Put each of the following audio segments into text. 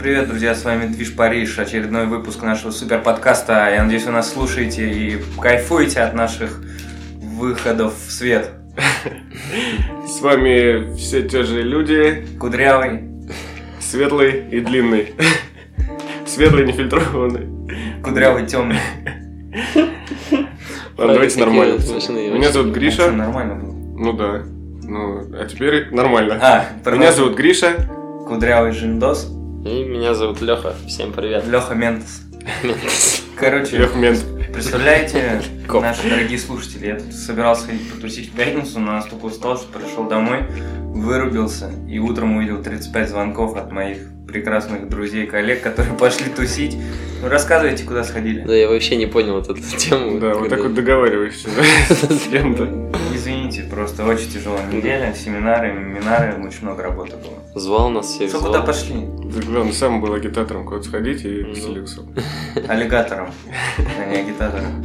привет, друзья, с вами Движ Париж, очередной выпуск нашего супер подкаста. Я надеюсь, вы нас слушаете и кайфуете от наших выходов в свет. С вами все те же люди. Кудрявый, светлый и длинный. Светлый, нефильтрованный. Кудрявый, темный. Ладно, давайте нормально. Меня зовут Гриша. Нормально было. Ну да. Ну, а теперь нормально. Меня зовут Гриша. Кудрявый Жиндос. И меня зовут Леха. Всем привет. Леха Ментос. Короче, Леха Мент. Представляете, наши дорогие слушатели, я тут собирался потусить в пятницу, но настолько устал, что пришел домой, вырубился и утром увидел 35 звонков от моих прекрасных друзей и коллег, которые пошли тусить. Ну, рассказывайте, куда сходили. Да, я вообще не понял вот эту тему. Да, вот так вот договариваешься, да, с кем-то. Извините, просто очень тяжелая неделя, семинары, минары, очень много работы было. Звал нас всех, Что, звал. куда пошли? Главное, сам был агитатором куда-то сходить и веселился. Аллигатором, а не агитатором.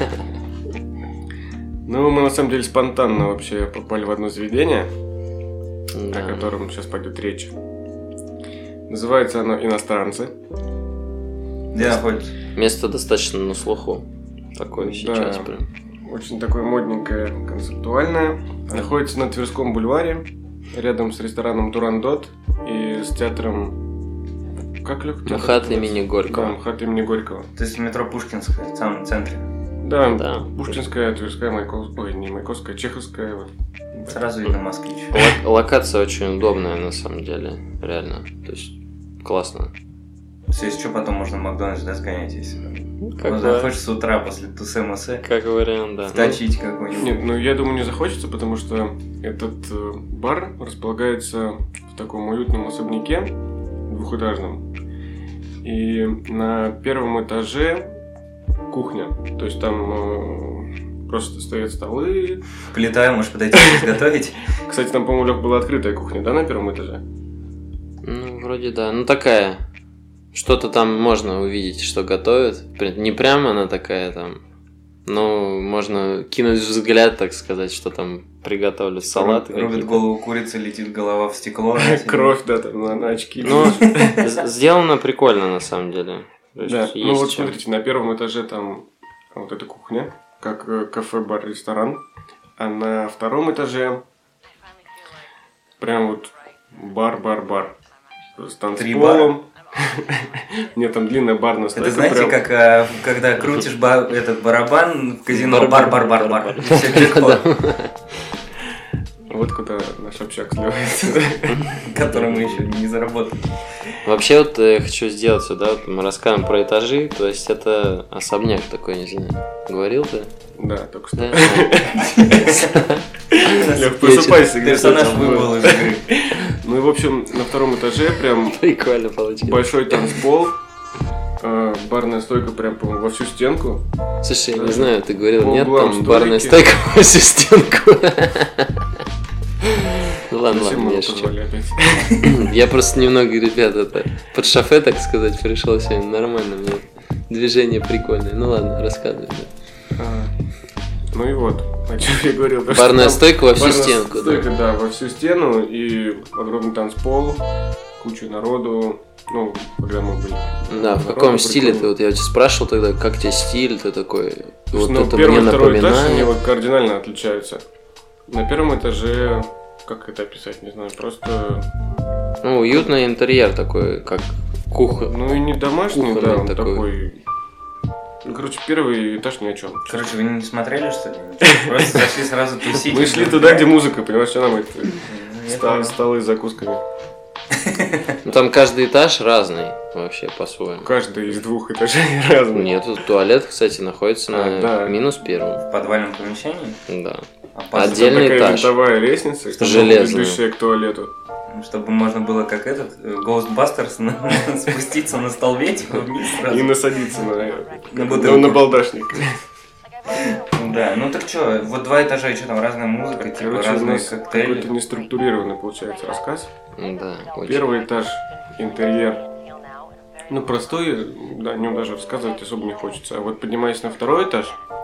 Ну, мы на самом деле спонтанно вообще попали в одно заведение, Да. о котором сейчас пойдет речь. Называется оно «Иностранцы». Где находится? Место достаточно на слуху. Такое сейчас Да. прям. Очень такое модненькое, концептуальное. Находится на Тверском бульваре, рядом с рестораном «Турандот» и с театром... Как, Лёх? МХАТ имени Горького. Да, МХАТ имени Горького. То есть метро Пушкинская, в самом центре. Да, Да. Пушкинская, Тверская, Маяковская... Ой, не Маяковская, Чеховская. Вот. Сразу видно москвич. Локация очень удобная на самом деле. Реально. То есть классно. То есть, что потом можно в Макдональдс, да, сгонять, если Как, ну, захочешь с утра после тусе-масе как вариант, да. вточить какой-нибудь. Нет, ну я думаю, не захочется, потому что этот бар располагается в таком уютном особняке двухэтажном. И на первом этаже кухня. То есть там просто стоят столы. Плита, можешь подойти и готовить. Кстати, там, по-моему, Лёх, была открытая кухня, да, на первом этаже? Ну, вроде да. Ну, такая. Что-то там можно увидеть, что готовят. Не прямо она такая там. Ну, можно кинуть взгляд, так сказать, что там приготовили салаты. Рубит голову курицы, летит голова в стекло. Кровь, да, там на очки. Ну, сделано прикольно, на самом деле. Да, ну вот смотрите, на первом этаже там вот эта кухня, как кафе, бар, ресторан. А на втором этаже прям вот бар. С танцполом. Нет, там длинная барная стойка. Это знаете, как когда крутишь этот барабан в казино, бар. Все джекпот. Вот куда наш общак сливается. Который мы еще не заработали. Вообще вот я хочу сделать сюда, вот мы рассказываем про этажи, то есть это особняк такой, не знаю, говорил ты? Да, только что. Да? Лёх, просыпайся. Персонаж выбыл из игры. Ну и в общем, на втором этаже прям Прикольно получилось. большой танцпол, барная стойка прям, по-моему, во всю стенку. Слушай, я не знаю, ты говорил, По нет углам там барная столики. стойка во всю стенку. Ну ладно, Зачем мы я его шучу. позвали опять? Я просто немного, ребят, это под шофе, так сказать, пришел сегодня. Нормально, мне движение прикольное. Ну ладно, рассказывай. Да. Ну и вот, о чем я говорил. Барная стойка во всю Барная стенку, стойка, да, во всю стену и огромный танцпол, куча народу. Ну, когда мы были. Да, в каком стиле ты? Вот я тебя спрашивал тогда, как тебе стиль, ты такой. Вот Ну, это первый мне и второй этаж, они напоминает. вот кардинально отличаются. На первом этаже, как это описать, не знаю, просто... Ну, уютный интерьер такой, как кухня. Ну и не домашний, Кухонный да, он такой. такой... Ну, короче, первый этаж ни о чем. Короче, вы не смотрели, что ли? Просто зашли сразу тусить. Мы шли туда, где музыка, понимаешь, что нам это... Я понял. Столы с закусками. Ну, там каждый этаж разный вообще по-своему. Каждый из двух этажей разный. Нет, тут туалет, кстати, находится на да. минус первом. В подвальном помещении? Да. Опасно, Отдельный Такая этаж. винтовая лестница, Железная. ведущая к туалету. чтобы можно было, как этот, Ghostbusters, спуститься на столбе, типа, вниз сразу. И насадиться На бутылку. на балдашник. Да, ну так что, вот 2 этажа, и что там, разная музыка, типа, Короче, у разные нас коктейли. какой-то неструктурированный получается рассказ. Да, очень. Первый этаж, интерьер. Ну, простой, да, о нем даже рассказывать особо не хочется. А вот поднимаясь на второй этаж,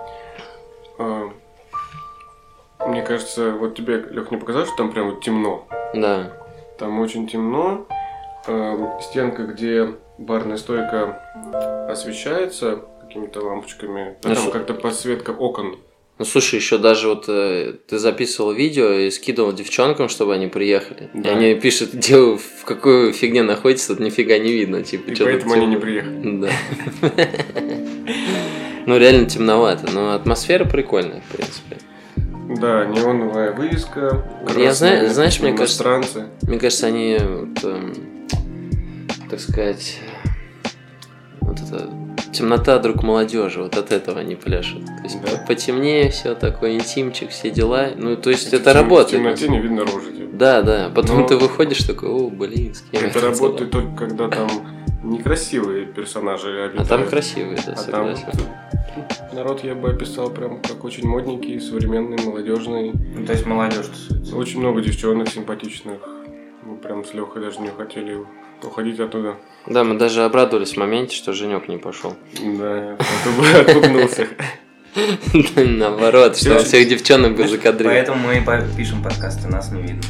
мне кажется, вот тебе, Лёх, не показалось, что там прям вот темно? Да. Там очень темно, стенка, где барная стойка освещается какими-то лампочками, а там как-то подсветка окон. Ну слушай, еще даже вот ты записывал видео и скидывал девчонкам, чтобы они приехали. Да. И они пишут, где вы, в какой фигне находитесь, тут нифига не видно. Типа, и поэтому они не приехали. Да. Ну реально темновато, но атмосфера прикольная, в принципе. Да, неоновая вывеска. Я знаю, знаешь, мне кажется, они, так сказать, вот это темнота друг молодежи, вот от этого они пляшут. То есть потемнее все, такой интимчик, все дела. Ну, то есть это работает. В темноте не видно рожи. Да. Потом ты выходишь такой, о, блин, с кем это работает только когда там некрасивые персонажи обитают. А там красивые, да, согласен. Народ я бы описал прям как очень модненький, современный, молодежный. Ну, то есть молодежь тусуется. Очень много девчонок симпатичных. Мы прям с Лехой даже не хотели уходить оттуда. Да, мы даже обрадовались в моменте, что Женек не пошел. Да, я отпугнулся. Наоборот, что всех девчонок бы закадрил. Поэтому мы и пишем подкасты, нас не видно.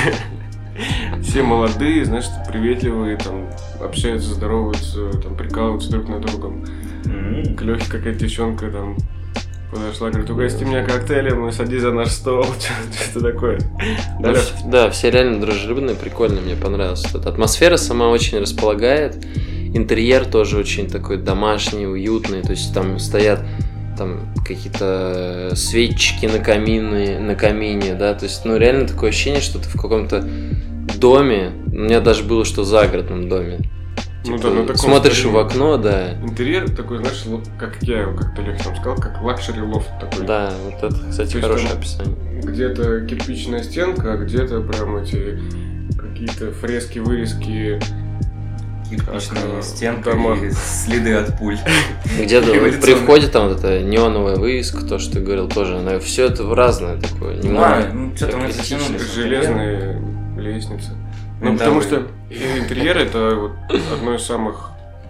Все молодые, знаешь, приветливые, там, общаются, здороваются, там, прикалываются друг над другом. К Лёхе какая-то девчонка там подошла, говорит, угости меня коктейлем, садись за наш стол, что-то такое. Да, все реально дружелюбные, прикольно, мне понравилось. Атмосфера сама очень располагает, интерьер тоже очень такой домашний, уютный, то есть там стоят там какие-то свечки на камине, да, то есть, ну, реально такое ощущение, что ты в каком-то доме, у меня даже было, что в загородном доме. Ну, типа, да, смотришь в окно, да. Интерьер такой, знаешь, как я его как-то Лёха там сказал, как лакшери лофт такой. Да, вот это, кстати, хорошее описание. Где-то кирпичная стенка, а где-то прям эти какие-то фрески, вырезки. Кирпичная стенка и следы от пуль. Где-то при входе там вот эта неоновая вывеска, то, что ты говорил, тоже, она все это разное такое. Ну, что-то мы затянули. Железные лестницы. Ну, потому что интерьер это вот одно из самых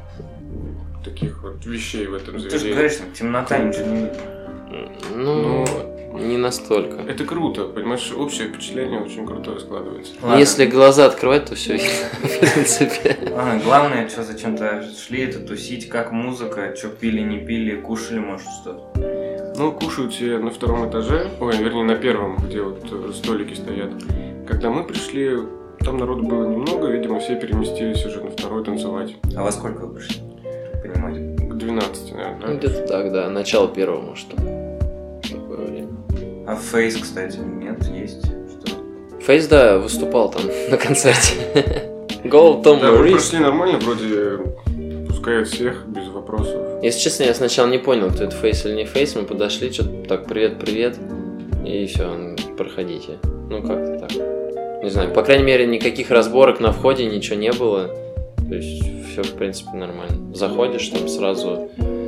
таких вот вещей в этом заведении. Ты же говоришь, темнота, ничего не видно. Ну, не настолько. Это круто, понимаешь, общее впечатление очень крутое складывается. Ладно. Если глаза открывать, то все видно, в принципе. Главное, что зачем-то шли, это тусить, как музыка, что пили, не пили, кушали, может, что-то. Ну, кушают все на втором этаже, вернее, на первом, где вот столики стоят. Когда мы пришли, там народу было немного, видимо, все переместились уже на второй танцевать. А во сколько вы пришли? Понимаете? К 12, наверное, да? Ну, где-то так, да. Начало первого, может, такое время. А Фейс, кстати, нет, есть? Что? Фейс, да, выступал там на концерте. Гол Том Да, мы прошли нормально, вроде пускают всех, без вопросов. Если честно, я сначала не понял, кто это Фейс или не Фейс. Мы подошли, что-то так, привет, и все, проходите. Ну, как-то так. Не знаю, по крайней мере, никаких разборок на входе, ничего не было. То есть, все, в принципе, нормально. Заходишь, там сразу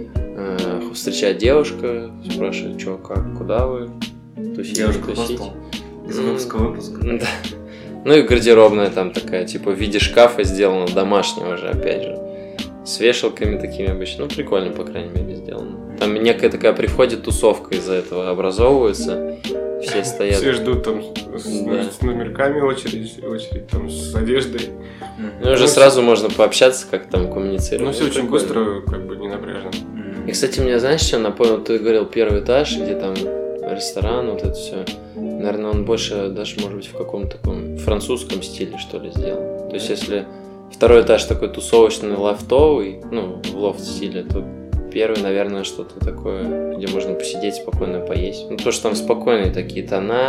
встречает девушка, спрашивает, что, как, куда вы тусите. Девушка хостел из выпуска. Да. Ну и гардеробная там такая, типа, в виде шкафа сделана, домашняя уже, опять же. С вешалками такими обычно. Ну, прикольно, по крайней мере, сделано. Там некая такая при входе тусовка из-за этого образовывается. Все стоят. Все ждут там с номерками очередь там с одеждой. Ну, уже сразу можно пообщаться, как там коммуницировать. Ну, все очень быстро, как бы не напряжно. И, кстати, мне, знаешь, что напомнил? Ты говорил, первый этаж, где там ресторан, вот это все. Наверное, он больше даже, может быть, в каком-то таком французском стиле, что ли, сделан. То есть, если второй этаж такой тусовочный, лофтовый, ну, в лофт-стиле, то первый, наверное, что-то такое, где можно посидеть спокойно, поесть. Ну, то, что там спокойные такие тона,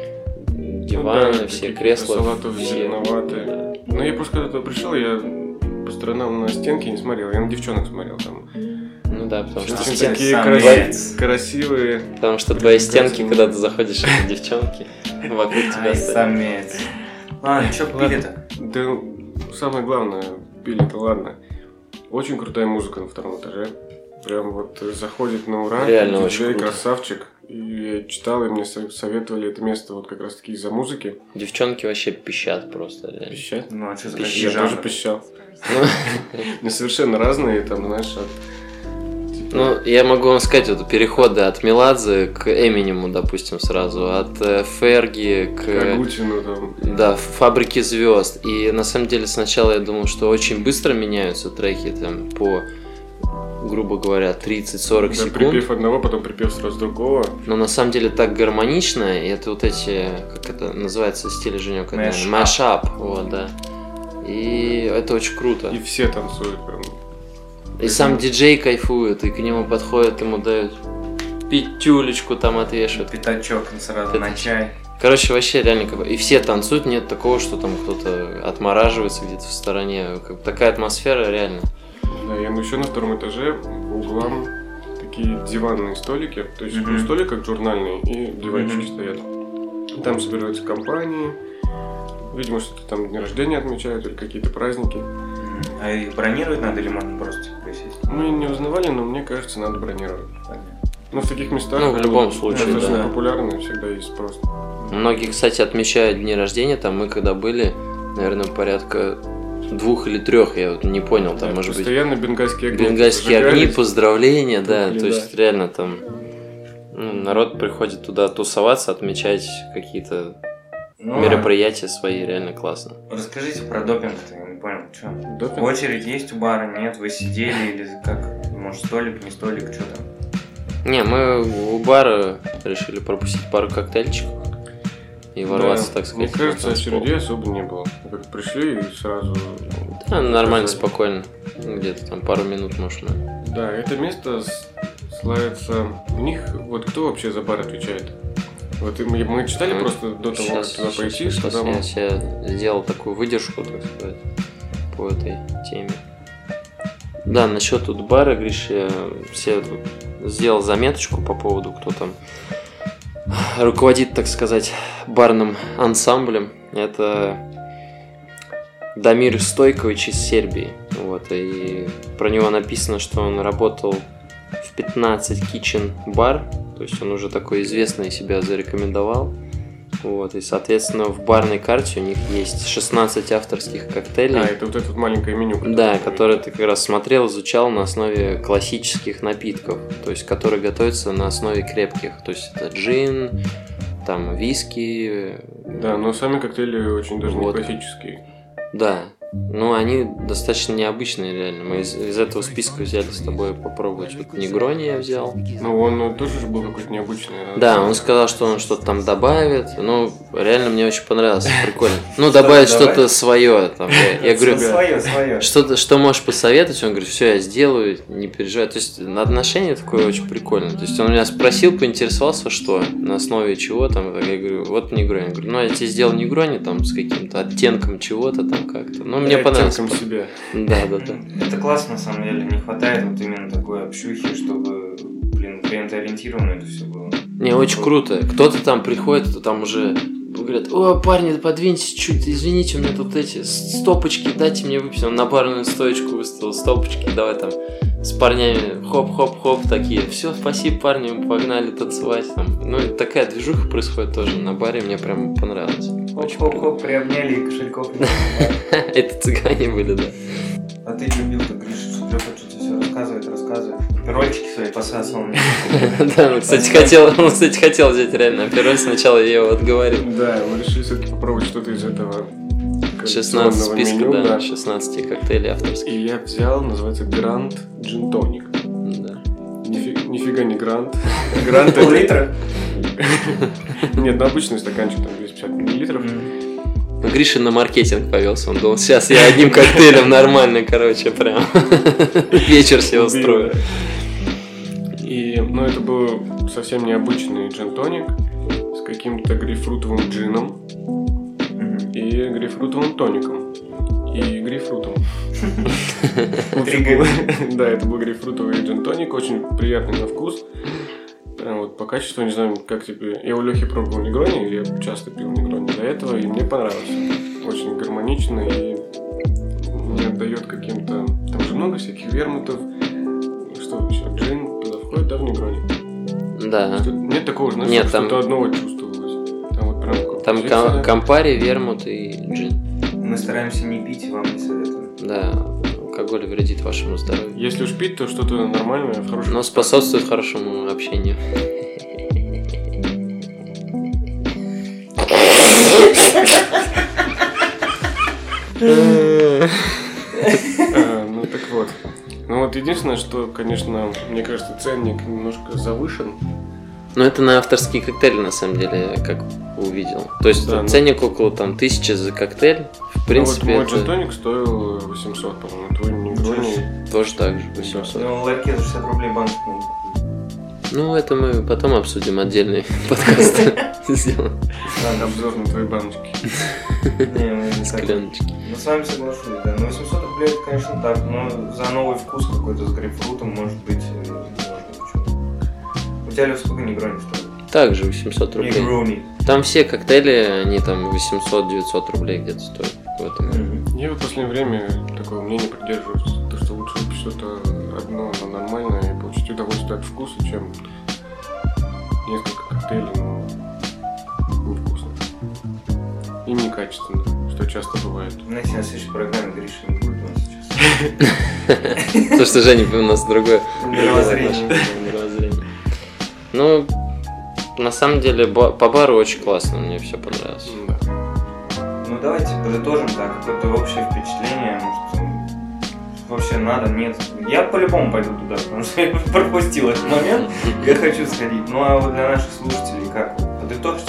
диваны, ну, да, все кресла. Салатов зеленоватые. Да. Ну, я просто когда-то пришел, я по сторонам на стенки не смотрел, я на девчонок смотрел там. Ну да, потому что очень такие красивые. Потому что твои стенки, когда ты заходишь, это девчонки вокруг тебя стоят. Самец. Ладно, что пили-то? Да, самое главное, пили-то ладно. Очень крутая музыка на втором этаже. Прям вот заходит на ура. Реально очень круто. Красавчик. И я читал, и мне советовали это место вот как раз таки из-за музыки. Девчонки вообще пищат просто. Реально. Пищат? Ну, а что за Я тоже пищал. Они совершенно разные, там, знаешь, Ну, я могу вам сказать, вот переходы от Меладзе к Эминему, допустим, сразу, от Ферги к Агутину там. Да, Фабрики звезд. И на самом деле сначала я думал, что очень быстро меняются треки там по, грубо говоря, 30-40 секунд. Припев одного, потом припев сразу другого. Но на самом деле так гармонично, и это вот эти, как это называется, стиль, Женек? Mashup. Вот, да. И это очень круто. И все танцуют прям. И сам диджей кайфует, и к нему подходят, ему дают пятюлечку там отвешивают. Пятачок сразу на чай. Короче, вообще реально как бы... И все танцуют, нет такого, что там кто-то отмораживается где-то в стороне. Как бы такая атмосфера реально. Да, я еще на втором этаже по углам такие диванные столики. То есть столик как журнальный, и диванчики стоят. И там собираются компании. Видимо, что-то там дни рождения отмечают или какие-то праздники. А их бронировать надо или можно просто присесть? Мы не узнавали, но мне кажется, надо бронировать. Ну, в таких местах, в любом случае, достаточно популярны, всегда есть спрос. Многие, кстати, отмечают дни рождения. Там мы когда были, наверное, порядка 2 или 3, я вот не понял, там, может постоянно быть... бенгальские огни. Бенгальские огни, поздравления, да. То есть, реально там народ приходит туда тусоваться, отмечать какие-то мероприятия свои, реально классно. Расскажите про допинг-то, я не понял, что? Допинг? Очередь есть у бара, нет? Вы сидели или как? Может, столик, не столик, что там? Не, мы у бара решили пропустить пару коктейльчиков и ворваться, так сказать. Мне кажется, очередей особо не было. Как пришли и сразу... Да, нормально, спокойно. Где-то там пару минут, может, Да, это место славится... У них... Вот кто вообще за бар отвечает? Вот мы читали просто до того, как туда пойти, что там... Я сделал такую выдержку, так сказать, по этой теме. Да, насчет тут бара, Гриш, я все тут сделал заметочку по поводу, кто там руководит, так сказать, барным ансамблем. Это Дамир Стойкович из Сербии. Вот, и про него написано, что он работал в 15 Kitchen Bar, то есть он уже такой известный себя зарекомендовал. Вот, и, соответственно, в барной карте у них есть 16 авторских коктейлей. Это вот это маленькое меню. Да, которое ты как раз смотрел, изучал на основе классических напитков, то есть которые готовятся на основе крепких. То есть это джин, там виски. Да, но сами коктейли очень даже вот. Не классические. Да. Ну, они достаточно необычные, реально. Мы из этого списка взяли с тобой попробовать. Вот Негрони я взял. Ну, он тоже же был какой-то необычный. Да, он сказал, что он что-то там добавит. Ну, реально мне очень понравилось, прикольно. Ну, добавить что-то свое. Там. Я говорю, свое. Что можешь посоветовать? Он говорит, все, я сделаю, не переживай. То есть, отношение такое очень прикольное. То есть, он меня спросил, поинтересовался, что, на основе чего там. Я говорю, вот Негрони. Я говорю, ну, я тебе сделал Негрони там с каким-то оттенком чего-то там как-то. Ну, мне понравилось. Себя. Да. Это классно, на самом деле. Не хватает вот именно такой общухи, чтобы, клиентоориентированно это все было. Не, очень круто. Кто-то там приходит, кто там уже говорят, о, парни, подвиньтесь чуть, извините, у меня тут эти стопочки, дайте мне выпить. Он на барную стоечку выставил стопочки, давай там с парнями хоп-хоп-хоп такие. Все, спасибо, парни, мы погнали танцевать там. Ну, и такая движуха происходит тоже на баре, мне прям понравилось. Хоп-хоп-хоп, приобняли и кошельков. Это цыгане были, да. А ты любил-то, Гриша, что Лёха что-то все рассказывает. Пирольчики свои посасывал. Да, он, кстати, хотел взять реально пироль, сначала я его отговорил. Да, мы решили все-таки попробовать что-то из этого 16 списка, меню, да, 16 коктейлей авторских. И я взял, называется Гранд Джин Тоник. Да. Нифига не Гранд. Гранд это... Пол-литра? Нет, ну обычный стаканчик, там 250 миллилитров. Ну, Гриша на маркетинг повелся, он думал, сейчас я одним коктейлем нормально, короче, прям вечер себе устрою. Но это был совсем необычный джин-тоник с каким-то грейпфрутовым джином и грейпфрутовым тоником. И грейпфрутом. Да, это был грейпфрутовый джин-тоник, очень приятный на вкус. Прям вот по качеству, не знаю, как тебе... Я у Лёхи пробовал Негрони, я часто пил Негрони до этого, и мне понравился. Очень гармонично и не отдает каким-то... Там же много всяких вермутов. Что еще? Джин туда входит, да, в Негрони? Да. Нет такого, знаешь, нет, что-то там... одного чувствовалось. Там вот прям... Там Кампари, вермут и джин. Мы стараемся не пить, и вам не советуем. Да. алкоголь вредит вашему здоровью. Если уж пить, то что-то нормальное, в хорошем. Но способствует хорошему общению. Ну так вот. Ну вот единственное, что, конечно, мне кажется, ценник немножко завышен. Но это на авторские коктейли, на самом деле, я как увидел. То есть Да, ценник около там 1000 за коктейль. В принципе, ну, вот мой это джин-тоник стоил 800, по-моему, твой негрони. тоже так же, 800. Ну, ларьке за 60 рублей банк. Ну, это мы потом обсудим, отдельный подкаст сделаем. Обзор на твои баночки. Скляночки. Ну, с вами соглашусь, да. Ну, 800 рублей, это, конечно, так, но за новый вкус какой-то с грейпфрутом, может быть, можно почему. У тебя, Лев, сколько негрони стоит? Также 800 рублей. Негрони. Там все коктейли, они там 800-900 рублей где-то стоят. В этом. Я в последнее время такого мнения придерживаюсь, то, что лучше выпить что-то одно, но нормальное, и получить удовольствие от вкуса, чем несколько коктейлей, но невкусно. И некачественно, что часто бывает. Знаете, на следующей программе Гриша не будет у нас сейчас. Потому что Женя у нас другое Мировоззрение. мировоззрение. Ну, на самом деле, по бару очень классно, мне все понравилось. Да. Ну, давайте подытожим так, какое-то общее впечатление, может, вообще надо, нет. Я по-любому пойду туда, потому что я пропустил этот момент, я хочу сходить. Ну, а вот для наших слушателей как? Подытожьте.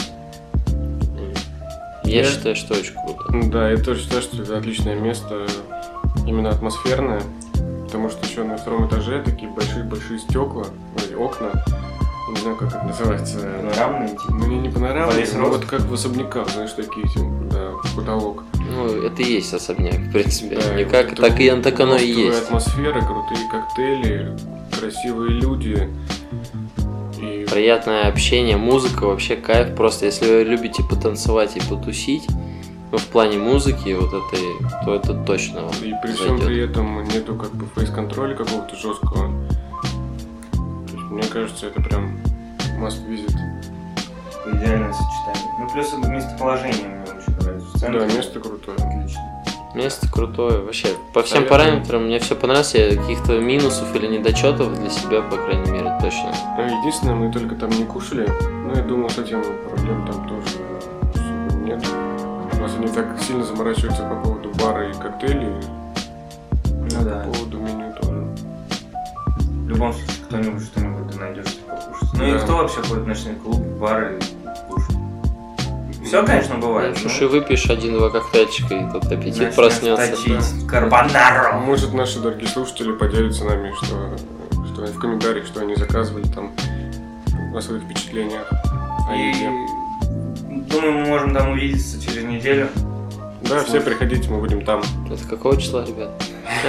Я считаю, что очень круто. Да, я тоже считаю, что это отличное место, именно атмосферное, потому что еще на втором этаже такие большие-большие стекла, окна, не знаю, как это называется. Панорамные, типа. Ну, не панорамные, Полис но рост. вот как в особняках, знаешь, такие, да, потолок. Ну, это и есть особняк, в принципе. Да, Никак, это так оно и лофтовая есть. атмосфера, крутые коктейли, красивые люди. И Приятное общение, музыка, вообще кайф. Просто если вы любите потанцевать и потусить, ну, в плане музыки вот этой, то это точно вам И при всем зайдет. при этом нету как бы фейс-контроля какого-то жесткого. То есть, мне кажется, это прям must visit. Идеальное сочетание. Ну, плюс местоположение мне очень нравится. В центре. Да, место крутое. Отлично. Место крутое, вообще. По всем Советую. параметрам мне все понравилось. Я каких-то минусов или недочетов для себя, по крайней мере, точно. Ну, единственное, мы только там не кушали, но я думаю, с этим проблем там тоже особо нет. У нас они так сильно заморачиваются по поводу бара и коктейлей, Ну да. по поводу меню тоже. В любом случае, кто-нибудь что-нибудь ты найдешь, что покушать. Ну и Да. кто вообще ходит в ночной клуб, бары и кушает? Все, конечно, бывает. Ну, и выпьешь один-два коктейльчика, и тут аппетит проснется. Точить карбонару. Может, наши дорогие слушатели поделятся нами, что они в комментариях, что они заказывали там о своих впечатлениях о И еде. думаю, мы можем там увидеться через неделю. Да, все приходите, мы будем там. Это какого числа, ребят?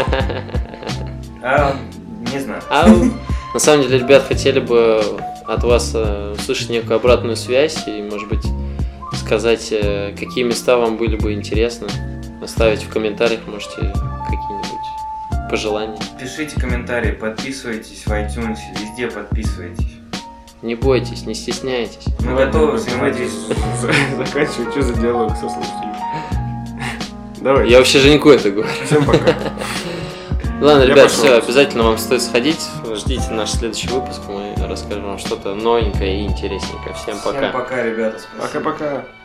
Не знаю. На самом деле, ребят, хотели бы от вас услышать некую обратную связь и, может быть, сказать, какие места вам были бы интересны. Оставить в комментариях, можете какие-нибудь пожелания. Пишите комментарии, подписывайтесь в iTunes, везде подписывайтесь. Не бойтесь, не стесняйтесь. Мы Ладно, готовы давайте взаимодействовать. заканчивать. Что за диалог со слушателями? Давай. Я вообще Женьку это говорю. Всем пока. Ладно, Я ребят, пошел. все, обязательно вам стоит сходить. Ждите наш следующий выпуск, мы расскажем вам что-то новенькое и интересненькое. Всем пока. Всем пока, ребята. Спасибо. Пока-пока.